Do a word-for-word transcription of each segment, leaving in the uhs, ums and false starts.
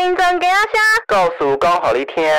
新增给阿虾，告诉讲好你听。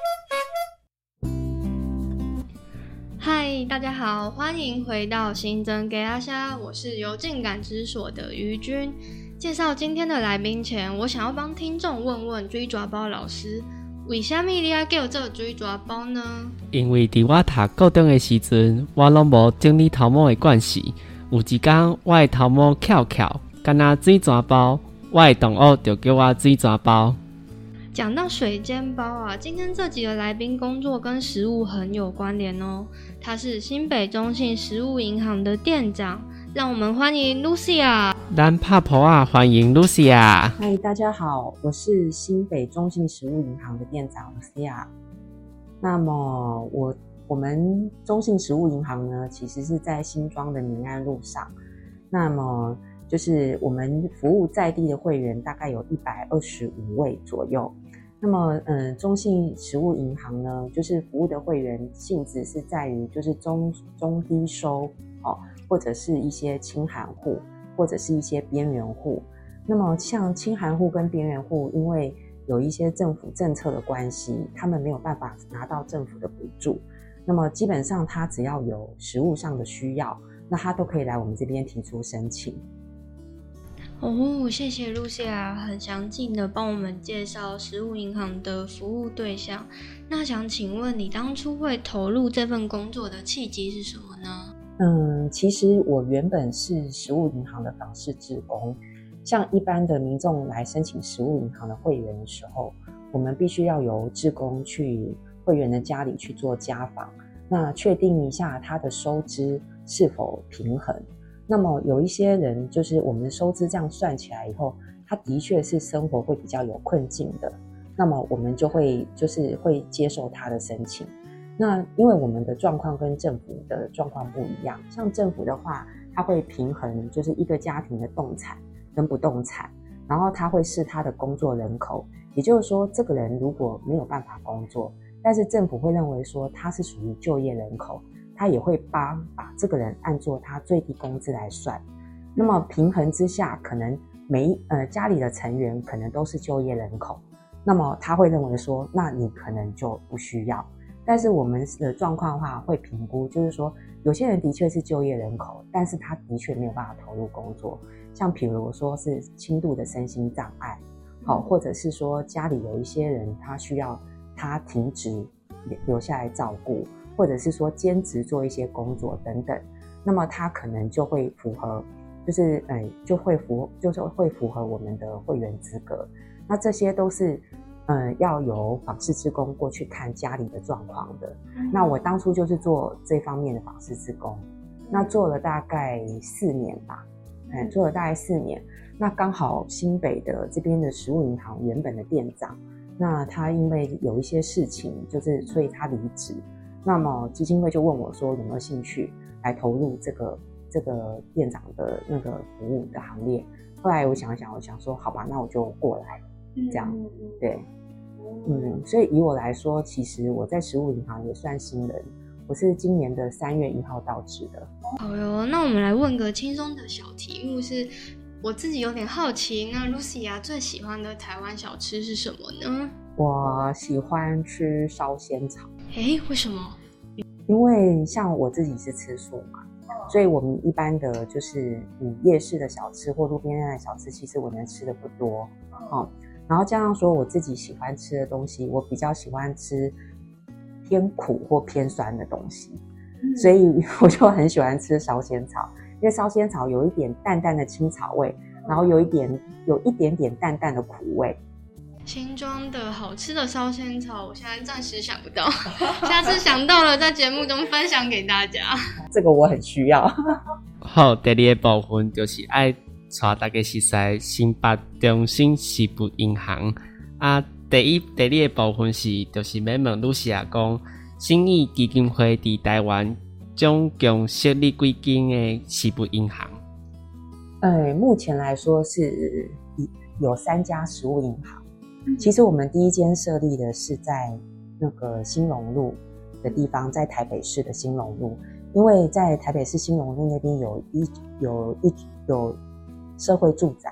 嗨，大家好，欢迎回到新增给阿虾，我是由静感知所的于君。介绍今天的来宾前，我想要帮听众问问水蛇包老师，为什么你要叫做水蛇包呢？ 因为伫我读高中的时阵，我拢无整理头毛的惯势。有一天，我的头毛翘翘，敢若水蛇包，我的同学就叫我水蛇包。 讲到水煎包啊，今天这集的来宾工作跟食物很有关联哦。他是新北中信食物银行的店长，让我们欢迎 Lucia。 咱拍婆啊，欢迎 Lucia。 嗨，大家好，我是新北中信食物银行的店长 Lucia。那么我我们中信食物银行呢，其实是在新庄的民安路上。那么就是我们服务在地的会员大概有一百二十五位左右。那么，嗯，中信食物银行呢，就是服务的会员性质是在于就是中中低收哦，或者是一些轻寒户，或者是一些边缘户。那么像轻寒户跟边缘户，因为有一些政府政策的关系，他们没有办法拿到政府的补助。那么基本上他只要有食物上的需要，那他都可以来我们这边提出申请。 哦，谢谢 Lucia 很详尽的帮我们介绍食物银行的服务对象。那想请问你当初会投入这份工作的契机是什么呢？ 嗯，其实我原本是食物银行的访视志工。像一般的民众来申请食物银行的会员的时候，我们必须要由志工去会员的家里去做家访，那确定一下他的收支是否平衡。那么有一些人就是我们的收支这样算起来以后，他的确是生活会比较有困境的，那么我们就会就是会接受他的申请。那因为我们的状况跟政府的状况不一样，像政府的话，他会平衡就是一个家庭的动产跟不动产，然后他会视他的工作人口，也就是说这个人如果没有办法工作，但是政府会认为说他是属于就业人口，他也会把把这个人按作他最低工资来算。那么平衡之下，可能每呃家里的成员可能都是就业人口，那么他会认为说，那你可能就不需要。但是我们的状况的话会评估，就是说有些人的确是就业人口，但是他的确没有办法投入工作，像比如说是轻度的身心障碍，好，或者是说家里有一些人他需要他停职留下来照顾，或者是说兼职做一些工作等等，那么他可能就会符合，就是呃就会符就是会符合我们的会员资格。那这些都是呃要由访视志工过去看家里的状况的。嗯、那我当初就是做这方面的访视志工，嗯、那做了大概四年吧，嗯，做了大概四年。那刚好新北的这边的食物银行原本的店长，那他因为有一些事情，就是所以他离职。那么基金会就问我说有没有兴趣来投入这个这个店长的那个服务的行列。后来我想想，我想说好吧，那我就过来，这样，对，嗯，所以以我来说，其实我在食物银行也算新人，我是今年的三月一号到职的。 好哟，那我们来问个轻松的小题目是，我自己有点好奇，那 Lucia 最喜欢的台湾小吃是什么呢？ 我喜欢吃烧仙草。 诶，为什么？ 因为像我自己是吃素嘛，所以我们一般的就是嗯夜市的小吃或路边摊的小吃，其实我能吃的不多，哦。然后加上说我自己喜欢吃的东西，我比较喜欢吃偏苦或偏酸的东西，嗯、所以我就很喜欢吃烧仙草，因为烧仙草有一点淡淡的青草味，然后有一点有一点点淡淡的苦味。 新庄的好吃的烧仙草，我现在暂时想不到，下次想到了在节目中分享给大家。 这个我很需要。 好，第二个部分就是爱带大家熟悉新北中信食物银行啊。第一、第二个部分是就是要问 Lucia 讲，信义基金会伫台湾总共设立几间的食物银行？ 呃，目前来说是有三家食物银行。其实我们第一间设立的是在那个兴隆路的地方，在台北市的兴隆路，因为在台北市兴隆路那边有一有一有社会住宅，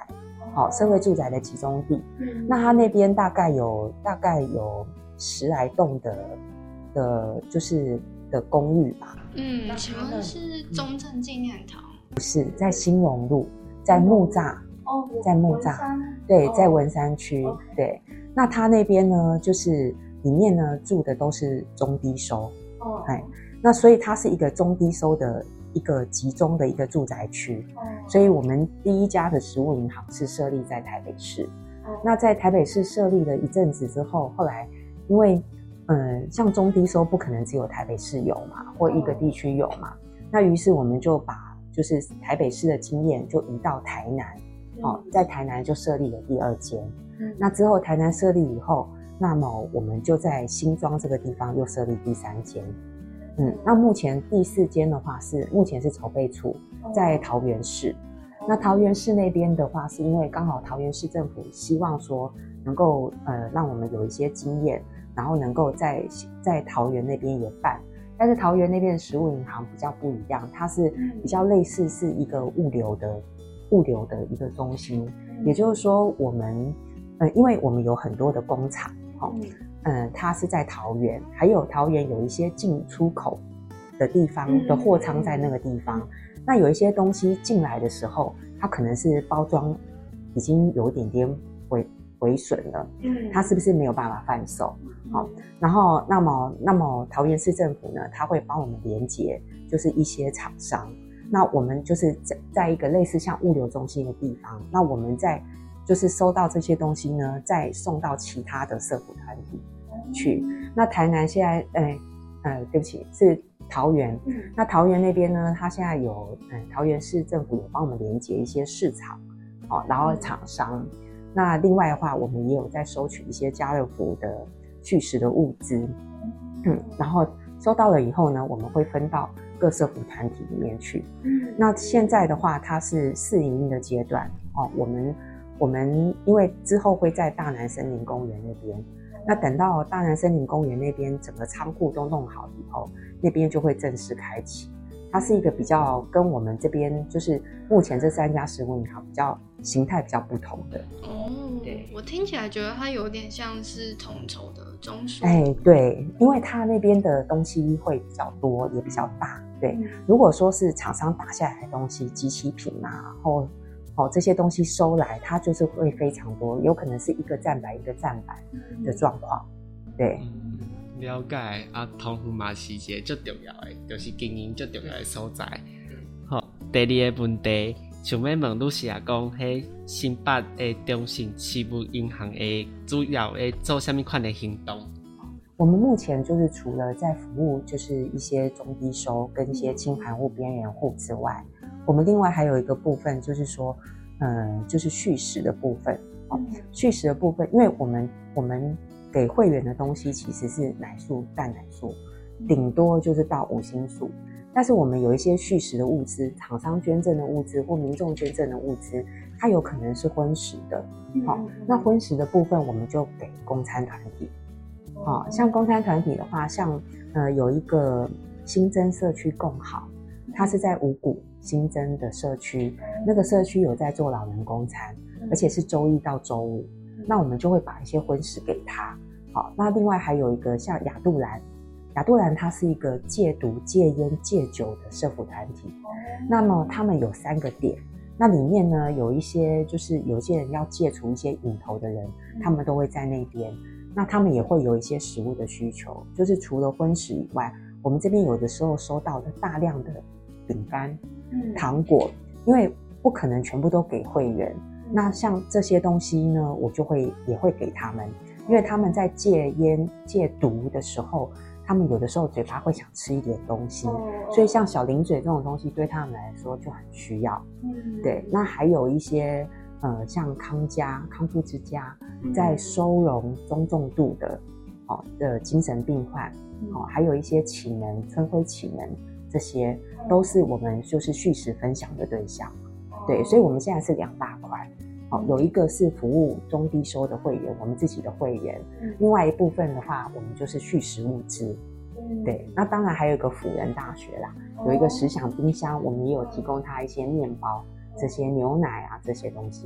好、社会住宅的集中地。 嗯， 那它那边大概有大概有十来栋的的，就是的公寓吧。 嗯，请问是中正纪念堂？ 不是，在兴隆路，在木栅。 哦， 在木栅，对，在文山区， 哦、 对。那它那边呢，就是里面呢住的都是中低收， 哦， 哎，那所以它是一个中低收的一个集中的一个住宅区，哦，所以我们第一家的食物银行是设立在台北市，哦，那在台北市设立了一阵子之后，后来因为嗯，像中低收不可能只有台北市有嘛，或一个地区有嘛，那于是我们就把就是台北市的经验就移到台南。哦，在台南就设立了第二间，嗯，那之后台南设立以后，那么我们就在新庄这个地方又设立第三间，嗯，那目前第四间的话是目前是筹备处，在桃园市，那桃园市那边的话是因为刚好桃园市政府希望说能够呃让我们有一些经验，然后能够在在桃园那边也办，但是桃园那边的食物银行比较不一样，它是比较类似是一个物流的。物流的一个中心，也就是说我们呃因为我们有很多的工厂，哦，嗯，它是在桃园，还有桃园有一些进出口的地方的货仓在那个地方，那有一些东西进来的时候，它可能是包装已经有一点点毁毁损了，它是不是没有办法贩售？好，然后那么那么桃园市政府呢，它会帮我们连结，就是一些厂商。那我们就是在在一个类似像物流中心的地方，那我们在就是收到这些东西呢，再送到其他的社福团体去。那台南现在，呃呃，对不起，是桃园。那桃园那边呢，它现在有，嗯，桃园市政府有帮我们连结一些市场，哦，然后厂商。那另外的话，我们也有在收取一些家乐福的续食的物资，嗯，然后收到了以后呢，我们会分到各社福团体里面去。嗯，那现在的话，它是试营运的阶段哦。我们我们因为之后会在大南森林公园那边，那等到大南森林公园那边整个仓库都弄好以后，那边就会正式开启。它是一个比较跟我们这边就是目前这三家食物银行比较形态比较不同的。 哦，对，我听起来觉得它有点像是统筹的中枢。 哎，对，因为它那边的东西会比较多，也比较大。对，嗯、如果说是厂商打下来的东西，机器品啊，或哦这些东西收来，它就是会非常多，有可能是一个站板一个站板的状况。对。 嗯，了解啊，通风嘛是一个最重要的，就是经营最重要的所在。好，第二个问题，想要问律师啊，讲迄新北的中信食物银行的主要的做什么款的行动？ 我们目前就是除了在服务就是一些中低收跟一些轻盘户、边缘户之外，我们另外还有一个部分就是说，嗯，就是续食的部分。哦，续食的部分，因为我们我们给会员的东西其实是奶素、蛋奶素，顶多就是到五星素。但是我们有一些续食的物资，厂商捐赠的物资或民众捐赠的物资，它有可能是荤食的。好，哦，那荤食的部分我们就给供餐团体。哦，像供餐团体的话，像呃有一个新增社区共好，它是在五股新增的社区，那个社区有在做老人供餐，而且是周一到周五，那我们就会把一些荤食给他。好，那另外还有一个像亚杜兰，亚杜兰它是一个戒毒、戒烟、戒酒的社福团体，那么他们有三个点，那里面呢有一些就是有些人要戒除一些瘾头的人，他们都会在那边。那他们也会有一些食物的需求，就是除了荤食以外，我们这边有的时候收到的大量的饼干、嗯、糖果，因为不可能全部都给会员，那像这些东西呢，我就会也会给他们，因为他们在戒烟、戒毒的时候，他们有的时候嘴巴会想吃一点东西，哦，所以像小零嘴这种东西对他们来说就很需要。嗯，对，那还有一些呃，像康家、康复之家，在收容中重度的哦的精神病患，哦，还有一些启能、春晖启能，这些都是我们就是续食分享的对象。对，所以我们现在是两大块，哦，有一个是服务中低收的会员，我们自己的会员，另外一部分的话，我们就是续食物资。对，那当然还有一个辅仁大学啦，有一个时享冰箱，我们也有提供他一些面包。这些牛奶啊，这些东西，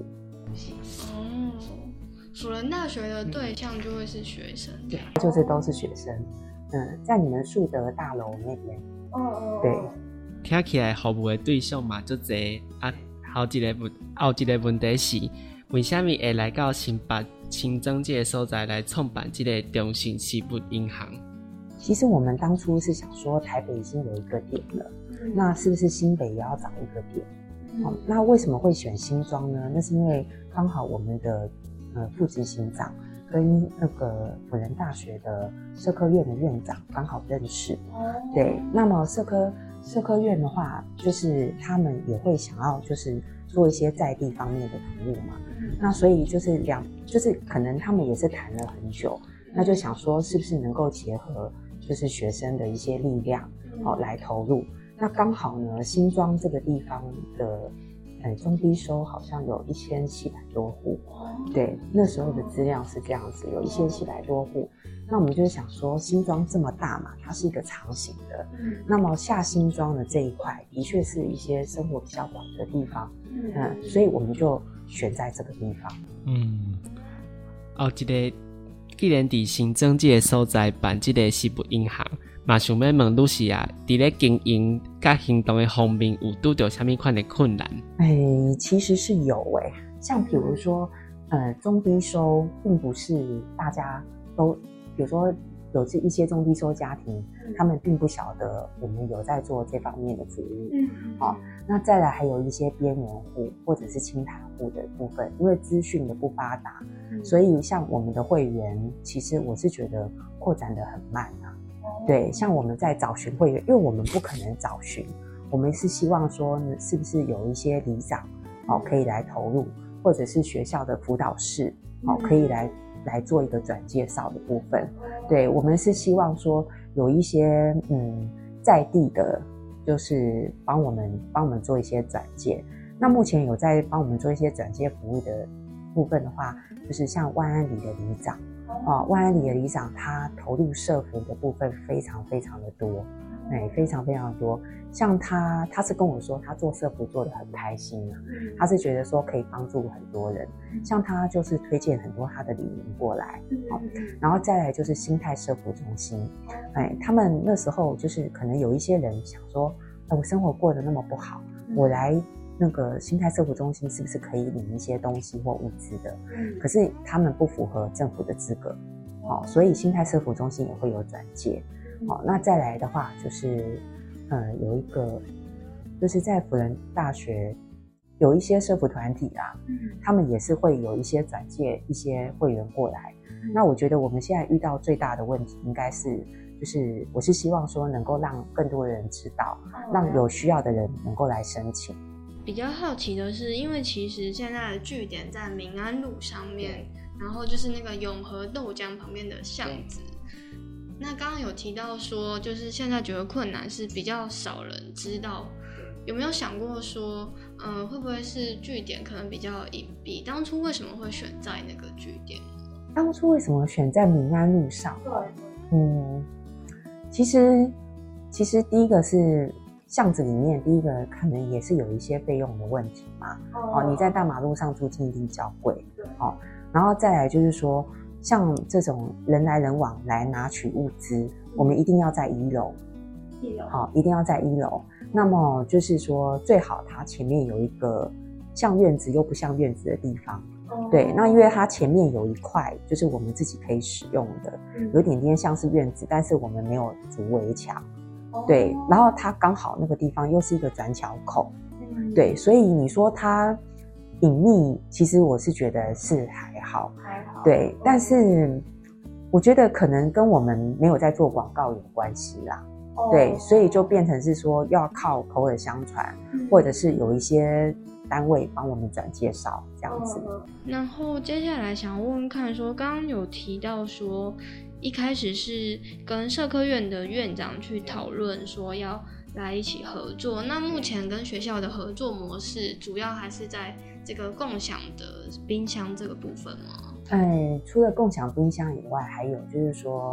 系。 哦，辅仁大学的对象就会是学生， 对，就是都是学生。嗯，在你们树德大楼那边。 哦哦， 对。 听起来服务的对象嘛足侪啊，还有一个问，还有一个问题是，为什么会来到新北新庄这个所在来创办这个中信食物银行？ 其实我们当初是想说，台北已经有一个点了，嗯、那是不是新北也要找一个点？嗯哦、那为什么会选新庄呢？那是因为刚好我们的呃副执行长跟那个辅仁大学的社科院的院长刚好认识。哦、对，那么社科社科院的话，就是他们也会想要就是做一些在地方面的服务嘛。嗯、那所以就是两，就是可能他们也是谈了很久，那就想说是不是能够结合就是学生的一些力量，哦来投入。那刚好呢，新庄这个地方的呃中低收好像有一千七百多户，对，那时候的资料是这样子，有一千七百多户。那我们就想说，新庄这么大嘛，它是一个长形的，嗯，那么下新庄的这一块，的确是一些生活比较广的地方，嗯，嗯所以我们就选在这个地方。 嗯，哦，这个既然伫新庄这个所在办这个食物银行，嘛想要问露西亚，伫咧经营甲行动的方面有拄到什么款的困难？ 哎，其实是有诶、欸，像比如说，呃，中低收并不是大家都，比如说有这一些中低收家庭，嗯、他们并不晓得我们有在做这方面的服务。嗯，好、哦，那再来还有一些边缘户或者是清谈户的部分，因为资讯的不发达，嗯、所以像我们的会员，其实我是觉得扩展的很慢啊。对，像我们在找寻会员，因为我们不可能找寻，我们是希望说呢，是不是有一些里长哦可以来投入，或者是学校的辅导室哦可以来来做一个转介绍的部分。对，我们是希望说有一些嗯在地的，就是帮我们帮我们做一些转介。那目前有在帮我们做一些转介服务的部分的话，就是像万安里的里长。哦，万安里的里长他投入社福的部分非常非常的多，哎，非常非常的多。像他，他是跟我说他做社福做得很开心啊，他是觉得说可以帮助很多人。像他就是推荐很多他的里民过来，哦，然后再来就是心态社福中心，哎，他们那时候就是可能有一些人想说，哎，我生活过得那么不好，我来。那个心态社福中心是不是可以领一些东西或物资的？嗯，可是他们不符合政府的资格，哦，所以心态社福中心也会有转介。哦，那再来的话就是，呃，有一个就是在辅仁大学有一些社福团体啊，嗯，他们也是会有一些转介一些会员过来。嗯，那我觉得我们现在遇到最大的问题应该是，就是我是希望说能够让更多的人知道，让有需要的人能够来申请。 比较好奇的是，因为其实现在的据点在民安路上面，然后就是那个永和豆浆旁边的巷子。那刚刚有提到说，就是现在觉得困难是比较少人知道，有没有想过说，呃，会不会是据点可能比较隐蔽？当初为什么会选在那个据点？ 当初为什么选在民安路上？对，嗯，其实其实第一个是。巷子里面，第一个可能也是有一些费用的问题嘛。哦，你在大马路上租金一定较贵。哦，然后再来就是说，像这种人来人往来拿取物资，我们一定要在一楼。一楼。好，一定要在一楼。那么就是说，最好它前面有一个像院子又不像院子的地方。哦。对，那因为它前面有一块就是我们自己可以使用的，有点点像是院子，但是我们没有筑围墙。对，然后它刚好那个地方又是一个转角口，嗯，对，所以你说它隐秘，其实我是觉得是还好，还好，对，但是我觉得可能跟我们没有在做广告有关系啦，哦，对，所以就变成是说要靠口耳相传，嗯，或者是有一些单位帮我们转介绍这样子。 然后接下来想问问看说，刚刚有提到说。一开始是跟社科院的院长去讨论说要来一起合作，那目前跟学校的合作模式主要还是在这个共享的冰箱这个部分吗？ 哎，除了共享冰箱以外，还有就是说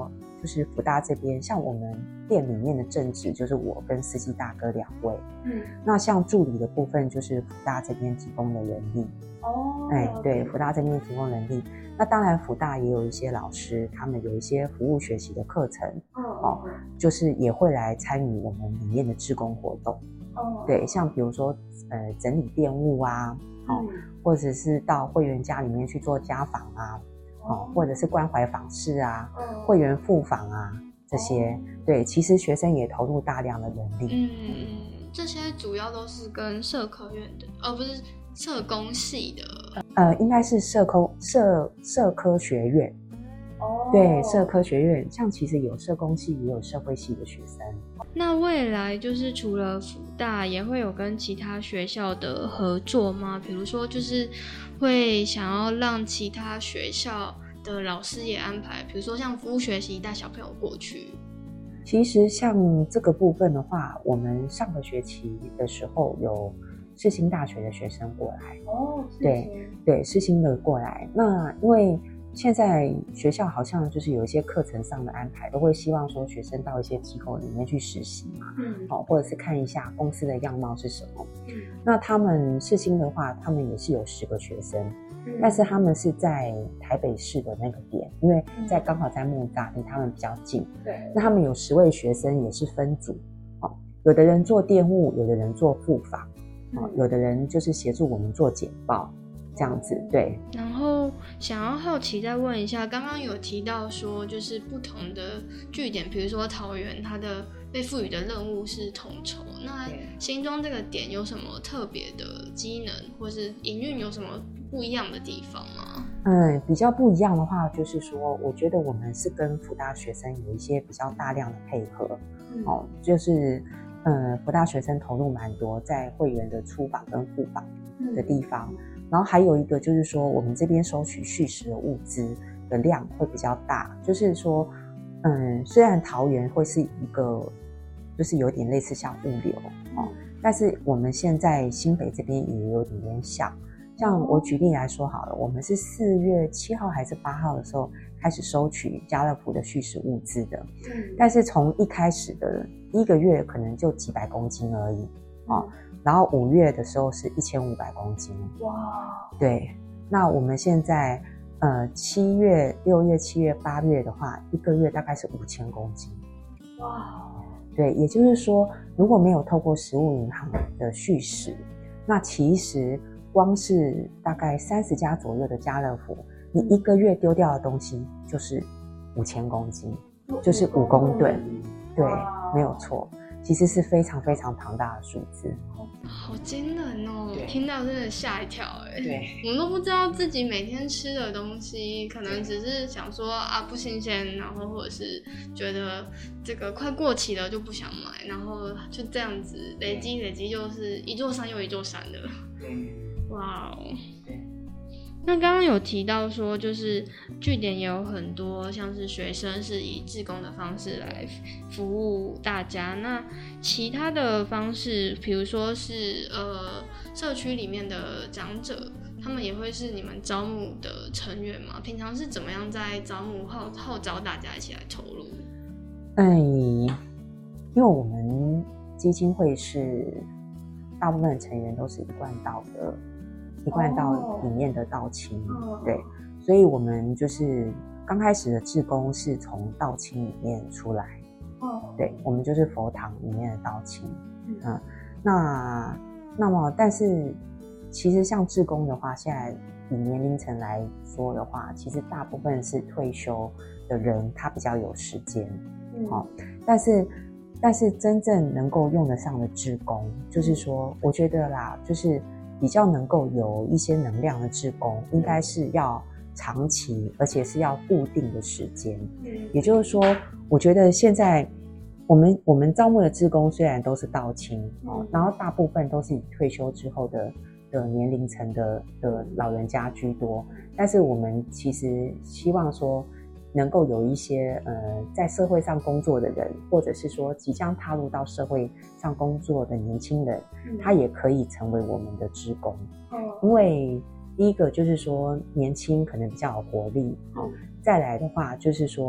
就是福大这边，像我们店里面的正职就是我跟司机大哥两位，嗯，那像助理的部分就是福大这边提供的人力，哦，哎，对，福大这边提供人力。那当然，福大也有一些老师，他们有一些服务学习的课程，哦，哦就是也会来参与我们里面的志工活动，哦，对，像比如说呃整理店务啊，哦，嗯、或者是到会员家里面去做家访啊，哦，或者是关怀访视啊，哦、会员复访啊这些，哦、对，其实学生也投入大量的人力， 嗯，这些主要都是跟社科院的，而、哦、不是社工系的， 呃，应该是社科社社科学院，哦，对，社科学院，像其实有社工系，也有社会系的学生。 那未来就是除了辅大，也会有跟其他学校的合作吗？比如说，就是会想要让其他学校的老师也安排，比如说像服务学习带小朋友过去。 其实像这个部分的话，我们上个学期的时候有世新大学的学生过来哦，对对，世新的过来。那因为现在学校好像就是有一些课程上的安排，都会希望说学生到一些机构里面去实习嘛，嗯，哦，或者是看一下公司的样貌是什么。嗯，那他们世新的话，他们也是有十个学生，嗯、但是他们是在台北市的那个点，因为在刚好在木栅，离他们比较近。对，那他们有十位学生也是分组，哦，有的人做店务，有的人做复访。哦、有的人就是协助我们做简报这样子，对。 然后想要好奇再问一下，刚刚有提到说就是不同的据点，比如说桃园它的被赋予的任务是统筹，那新庄这个点有什么特别的机能或是营运有什么不一样的地方吗？ 嗯，比较不一样的话就是说，我觉得我们是跟辅大学生有一些比较大量的配合，嗯、哦，就是嗯，辅大学生投入蛮多在会员的出访跟复访的地方，嗯、然后还有一个就是说，我们这边收取续食的物资的量会比较大，就是说，嗯，虽然桃园会是一个就是有点类似像物流哦，但是我们现在新北这边也有点点像。像我举例来说好了，我们是四月七号还是八号的时候开始收取家乐福的续食物资的，嗯，但是从一开始的第一个月可能就几百公斤而已，嗯哦，然后五月的时候是一千五百公斤，哇，对，那我们现在呃七月、六月、七月、八月的话，一个月大概是五千公斤，哇，对，也就是说，如果没有透过食物银行的续食，那其实光是大概三十家左右的家乐福，你一个月丢掉的东西就是五千公斤，就是五公吨，对，没有错，其实是非常非常庞大的数字。 好惊人哦！听到真的吓一跳哎。对，我们都不知道自己每天吃的东西，可能只是想说啊不新鲜，然后或者是觉得这个快过期了就不想买，然后就这样子累积累积，就是一座山又一座山的。哇哦！那刚刚有提到说，就是据点也有很多像是学生是以志工的方式来服务大家，那其他的方式，比如说是呃社区里面的长者，他们也会是你们招募的成员吗？平常是怎么样在招募号号召大家一起来投入？ 哎，因为我们基金会是大部分的成员都是一贯道的。一贯道里面的道亲，哦，对，所以我们就是刚开始的志工是从道亲里面出来，哦，对，我们就是佛堂里面的道亲，嗯，嗯那那么但是其实像志工的话，现在以年龄层来说的话，其实大部分是退休的人，他比较有时间，嗯，哦，但是但是真正能够用得上的志工，就是说，我觉得啦，就是比较能够有一些能量的志工，应该是要长期，而且是要固定的时间。也就是说，我觉得现在我们我们招募的志工虽然都是道亲，哦，然后大部分都是以退休之后的的年龄层的的老人家居多，但是我们其实希望说，能够有一些呃在社会上工作的人，或者是说即将踏入到社会上工作的年轻人，嗯，他也可以成为我们的志工，哦，因为第一个就是说年轻可能比较有活力，哦，再来的话就是说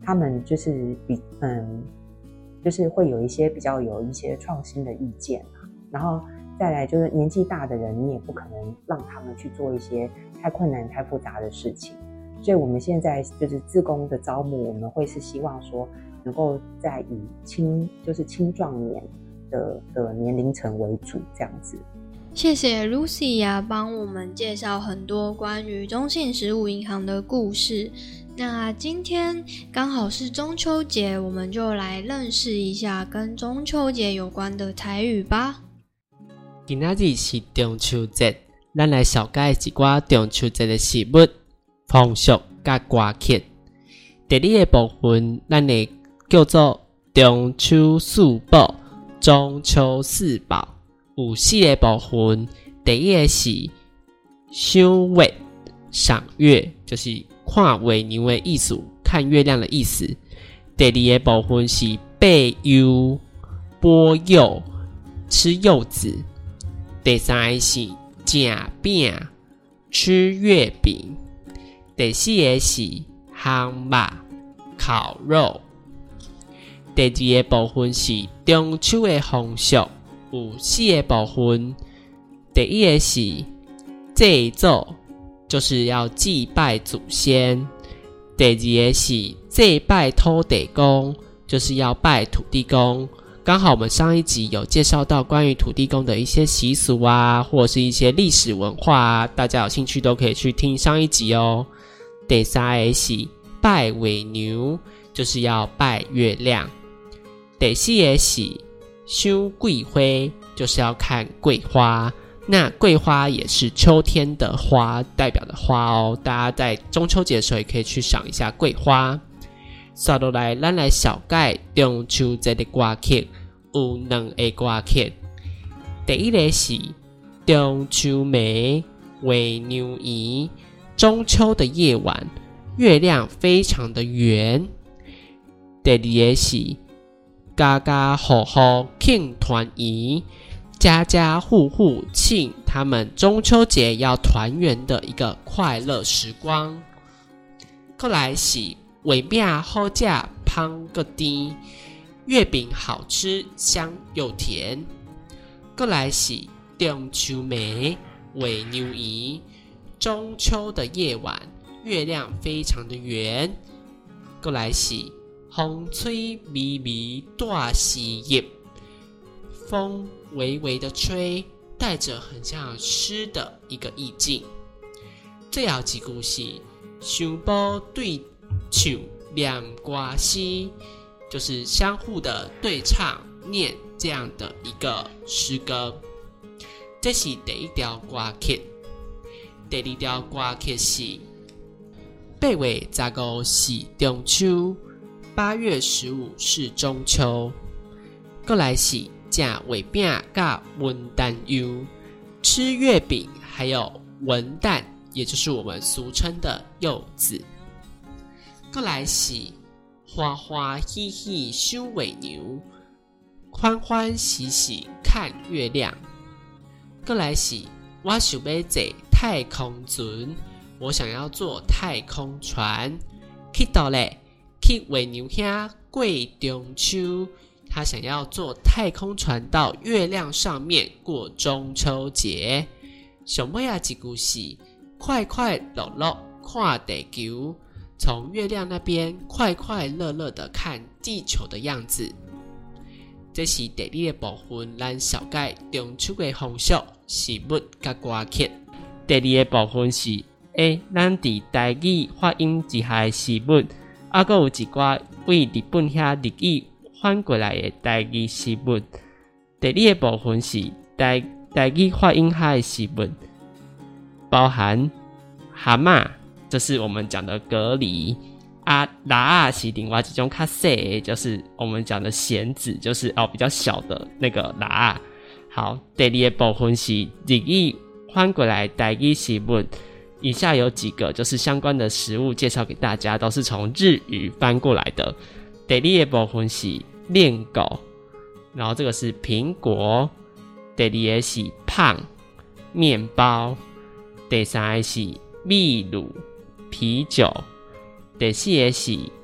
他们就是比嗯，就是会有一些比较有一些创新的意见，然后再来就是年纪大的人，你也不可能让他们去做一些太困难、太复杂的事情。所以我们现在就是志工的招募，我们会是希望说，能够在以青就是青壮年的的年龄层为主，这样子。 谢谢 Lucy 呀，帮我们介绍很多关于中信食物银行的故事。那今天刚好是中秋节，我们就来认识一下跟中秋节有关的台语吧。 今仔日是中秋节，咱来小解一寡中秋节的事物、风俗甲歌曲。第二个部分，咱会叫做中秋四宝、中秋四宝。有四个部分，第一个是赏月，赏月就是看月亮的意思，看月亮的意思。第二个部分是拜柚、剥柚，吃柚子。第三个是吃饼，吃月饼。第四个是烘肉，烤肉。第二个部分是中秋的风俗，有四个部分。第一个是祭祖，就是要祭拜祖先。第二个是祭拜土地公，就是要拜土地公。刚好我们上一集有介绍到关于土地公的一些习俗啊，或者是一些历史文化啊，大家有兴趣都可以去听上一集哦。第三个是拜月娘，就是要拜月亮。第四个是赏桂花，就是要看桂花。那桂花也是秋天的花代表的花哦，大家在中秋节的时候也可以去赏一下桂花。接下来咱来小解中秋节的歌曲，有两个歌曲。第一个是中秋暝月娘圆，中秋的夜晚月亮非常的圆。第二个是家家户户庆团圆，家家户户庆他们中秋节要团圆的一个快乐时光。再来是月饼好吃香又甜，月饼好吃香又甜。再来是中秋暝月娘圆，中秋的夜晚月亮非常的圆。再来是风吹微微大时叶，风微微的吹，带着很像诗的一个意境。最后一句是相补对唱念歌诗，就是相互的对唱念这样的一个诗歌。这是第一条歌曲。第二条歌曲是八月十五是中秋，八月十五是中秋。再来是吃月饼跟文旦柚，吃月饼还有文旦，也就是我们俗称的柚子。再来是欢欢喜喜赏月娘，欢欢喜喜看月亮。再来是我想要坐太空船，我想要坐太空船。去倒咧，去月娘遐过中秋，他想要坐太空船到月亮上面过中秋节。上尾啊一句是快快乐乐看地球，从月亮那边快快乐乐的看地球的样子。这是第二个部分，咱小解中秋的风俗、事物甲歌曲。第二个部分是诶，咱伫台语发音之下的事物，啊，还有一寡为日本遐日语翻过来的台语事物。第二个部分是台台语发音下的事物，包含蛤蟆，这是我们讲的蛤蜊啊，喇仔是另外一种较小的，就是我们讲的蚬子，就是哦比较小的那个喇仔。好，第二个部分是日语翻过来台语事物。以下有几个就是相关的食物介绍给大家，都是从日语翻过来的。第二个部分是练狗，然后这个是苹果。第二个是胖面包。第三个是秘鲁啤酒。第四个是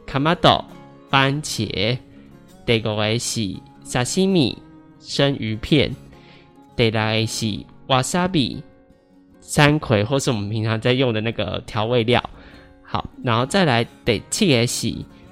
卡玛豆番茄，第五个是沙西米生鱼片，第六个是 wasabi 山葵或是我们平常在用的那个调味料。好，然后再来第七个是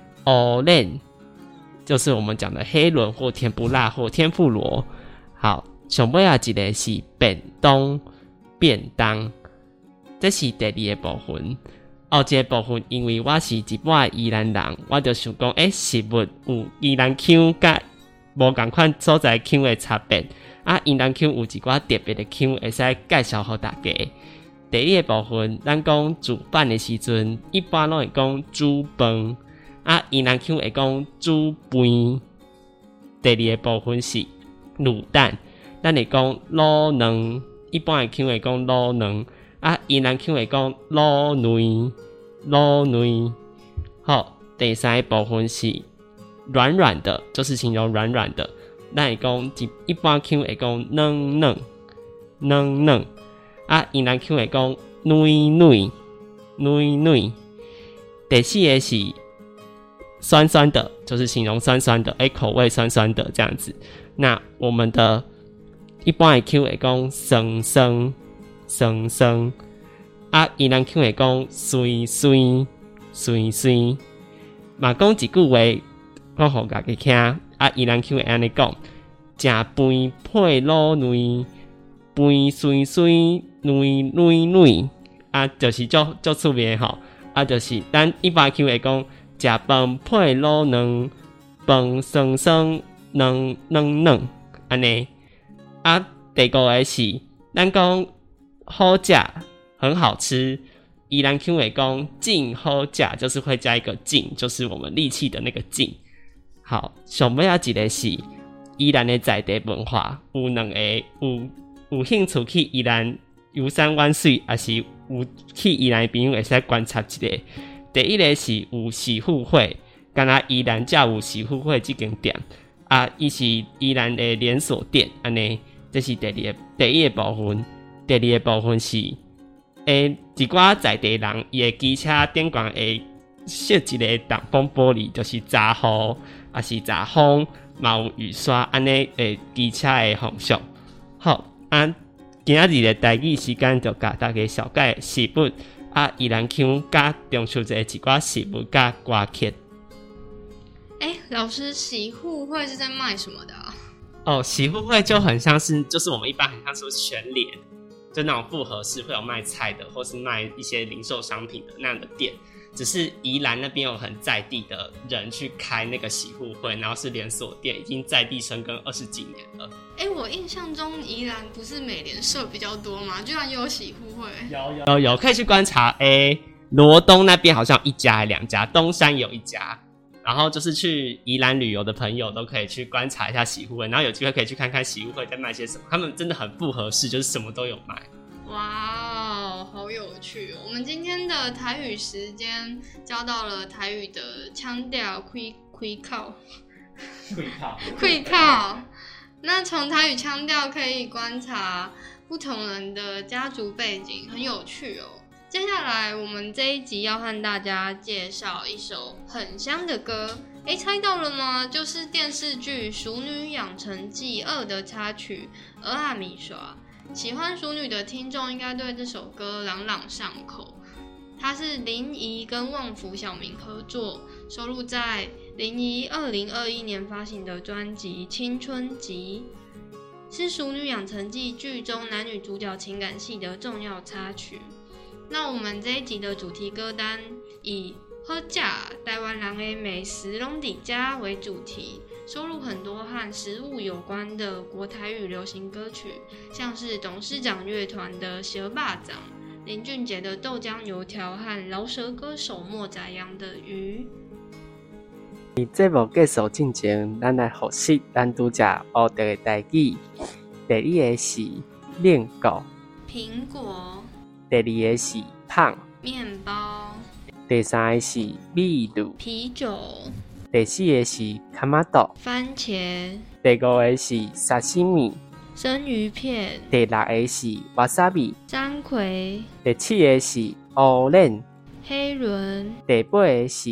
Olen， 就是我们讲的黑轮或甜不辣或天妇罗。好，上尾啊一个是便当便当，这是第二个部分。后一个部分，因为我是一半的宜兰人，我就想讲，诶，食物有宜兰腔甲无同款所在腔的差别。啊，宜兰腔有一寡特别的腔，会使介绍给大家。第二个部分，咱讲煮饭的时阵，一般拢会讲煮饭，啊，宜兰腔会讲煮饭。第二个部分是卤蛋，咱会讲卤卵，一般的腔会讲卤卵。啊，宜兰腔会讲卤卵，卤卵。好，第三部分是软软的，就是形容软软的。咱会讲一般腔会讲软软，软软。啊，宜兰腔会讲软软，软软。第四个是酸酸的，就是形容酸酸的，哎、欸，口味酸酸的这样子。那我们的一般的腔会讲酸酸。酸酸，啊，宜兰腔会讲酸酸酸酸，嘛讲一句话，讲互家己听。啊，宜兰腔会安尼讲，食饭配卤卵，饭酸酸软软软，啊，就是足足趣味的吼。啊，就是咱一般腔会讲，食饭配卤卵，饭酸酸软软软，安尼。啊，第五个是咱讲。好吃，很好吃。宜兰腔会讲劲好吃，就是会加一个劲，就是我们力气的那个劲。好，上尾啊一个是宜兰的在地文化，有两个有有兴趣去宜兰游山玩水，还是有去宜兰的朋友会使观察一个。第一个是有喜富会，敢若宜兰才有喜富会这间店啊，伊是宜兰的连锁店，安尼，这是第二个第一个部分。第二个部分是，诶，一寡在地人伊的机车顶管会设一个挡风玻璃，就是遮雨，也是遮风，嘛有雨刷，安尼诶机车的方向。好，啊，今仔日的台语时间就甲大家小解食物，啊，宜兰腔甲中秋节一寡食物甲歌曲。 哎、欸，老师，喜互惠是在卖什么的啊？ 哦，喜互惠就很像是，就是我们一般很像说全联。就那种复合式会有卖菜的，或是卖一些零售商品的那样的店，只是宜兰那边有很在地的人去开那个喜互惠，然后是连锁店，已经在地生根二十几年了。 哎、欸，我印象中宜兰不是美联社比较多吗？居然也有喜互惠。 有有有有，可以去观察。哎、欸，罗东那边好像有一家还两家，东山有一家。然后就是去宜兰旅游的朋友都可以去观察一下喜互惠，然后有机会可以去看看喜互惠在卖些什么。他们真的很复合式，就是什么都有卖。 哇哦，好有趣哦！我们今天的台语时间教到了台语的腔调，开开口， 开口， 开口。那从台语腔调可以观察不同人的家族背景，很有趣哦。接下来我们这一集要和大家介绍一首很香的歌，诶，猜到了吗？就是电视剧《熟女养成记二》的插曲《蚵仔米刷》。喜欢熟女的听众应该对这首歌朗朗上口。它是林怡跟旺福小明合作，收录在林怡二零二一年发行的专辑《青春集》，是《熟女养成记》剧中男女主角情感戏的重要插曲。那我们这一集的主题歌单以好吃台湾人的美食拢伫遮为主题，收录很多和食物有关的国台语流行歌曲，像是董事长乐团的小肉粽、林俊杰的豆浆油条和饶舌歌手莫宰阳的鱼。 节目结束之前，咱来复习咱拄则学到的台语。第一个是len果， 苹果。 第二个是胖， 面包。 第三个是米露， 啤酒。 第四个是卡玛豆， 番茄。 第五个是沙西米， 生鱼片。 第六个是 wasabi， 山葵。 第七个是 Olen， 黑轮。 第八个是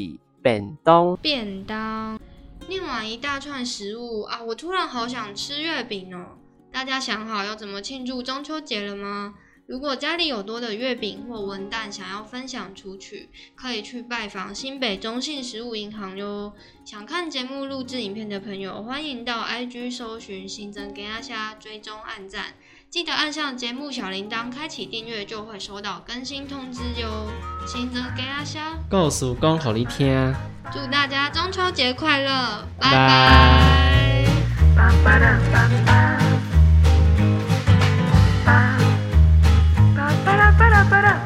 便当。 便当。念完一大串食物啊，我突然好想吃月饼哦。大家想好要怎么庆祝中秋节了吗？如果家里有多的月饼或文旦想要分享出去，可以去拜访新北中信食物银行哟。想看节目录制影片的朋友，欢迎到 I G 搜寻新增给阿虾，追踪按赞，记得按上节目小铃铛，开启订阅就会收到更新通知哟。新增给阿虾， 故事讲给你听。 祝大家中秋节快乐，拜拜。 拜。